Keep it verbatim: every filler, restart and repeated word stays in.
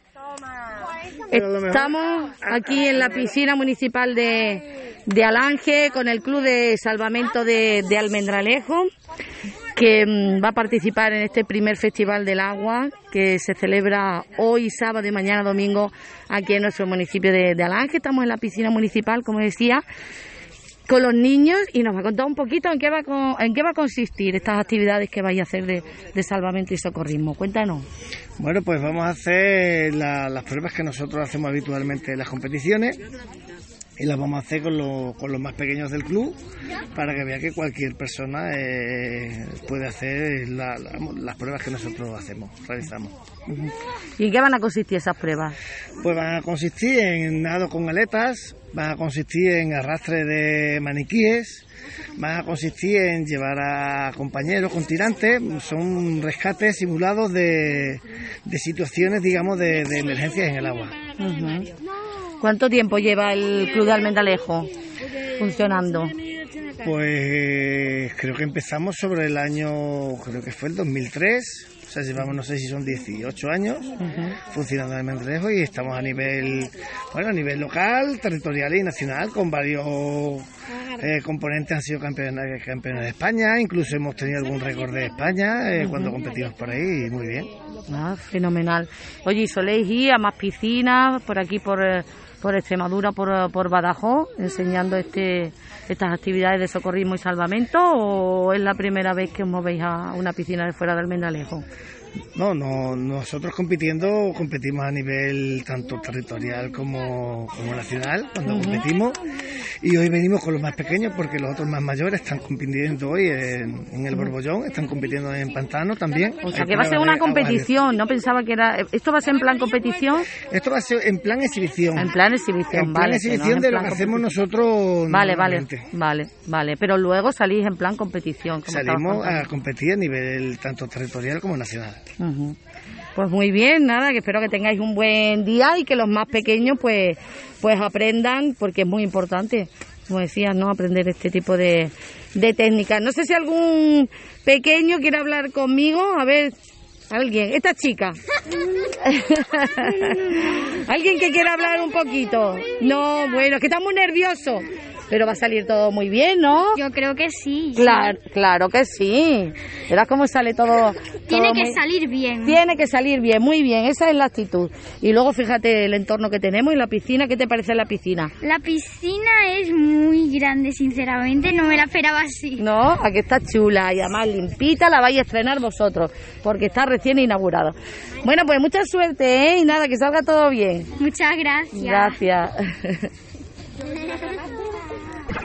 Estamos aquí en la piscina municipal de, de Alange con el Club de Salvamento de, de Almendralejo, que mmm, va a participar en este primer Festival del Agua que se celebra hoy sábado y mañana domingo aquí en nuestro municipio de, de Alange. Estamos en la piscina municipal, como decía, con los niños, y nos va a contar un poquito en qué va, con, en qué va a consistir estas actividades que vais a hacer de, de salvamento y socorrismo. Cuéntanos. Bueno, pues vamos a hacer la, las pruebas que nosotros hacemos habitualmente en las competiciones, y las vamos a hacer con, lo, con los más pequeños del club, para que vea que cualquier persona eh, puede hacer la, la, las pruebas que nosotros hacemos, realizamos. ¿Y en qué van a consistir esas pruebas? Pues van a consistir en nado con aletas, van a consistir en arrastre de maniquíes, van a consistir en llevar a compañeros con tirantes. Son rescates simulados de, de situaciones, digamos, de, de emergencias en el agua. Uh-huh. ¿Cuánto tiempo lleva el Club de Almendralejo funcionando? Pues creo que empezamos sobre el año, creo que fue el dos mil tres, o sea, llevamos, no sé si son dieciocho años uh-huh. funcionando en Almendralejo, y estamos a nivel, bueno, a nivel local, territorial y nacional, con varios eh, componentes. Han sido campeones, campeones de España, incluso hemos tenido algún récord de España eh, uh-huh. cuando competimos por ahí, y muy bien. Ah, fenomenal. Oye, ¿y soléis ir a más piscinas por aquí, por, por Extremadura, por, por Badajoz, enseñando este estas actividades de socorrismo y salvamento, o es la primera vez que os movéis a una piscina de fuera de Almendralejo? No, no, nosotros compitiendo, competimos a nivel tanto territorial como, como nacional, cuando uh-huh. competimos, y hoy venimos con los más pequeños porque los otros más mayores están compitiendo hoy en, en el Borbollón, están compitiendo en Pantano también. O sea, que va a ser una competición, no pensaba que era... ¿Esto va a ser en plan competición? Esto va a ser en plan exhibición. En plan exhibición, en vale. plan exhibición no de lo que hacemos nosotros. Vale, vale, vale, vale, pero luego salís en plan competición. Como salimos a competir a nivel tanto territorial como nacional. Uh-huh. Pues muy bien, nada, que espero que tengáis un buen día y que los más pequeños pues pues aprendan, porque es muy importante, como decías, ¿no?, aprender este tipo de, de técnicas. No sé si algún pequeño quiere hablar conmigo. A ver, alguien, esta chica. Alguien que quiera hablar un poquito. No, bueno, es que está muy nervioso. Pero va a salir todo muy bien, ¿no? Yo creo que sí. Claro, sí. claro que sí. Verás cómo sale todo. Tiene todo que muy... salir bien. Tiene que salir bien, muy bien. Esa es la actitud. Y luego fíjate el entorno que tenemos y la piscina. ¿Qué te parece la piscina? La piscina es muy grande, sinceramente. No me la esperaba así. No, aquí está chula y además limpita. La vais a estrenar vosotros porque está recién inaugurada. Bueno, pues mucha suerte, ¿eh? Y nada, que salga todo bien. Muchas gracias. Gracias.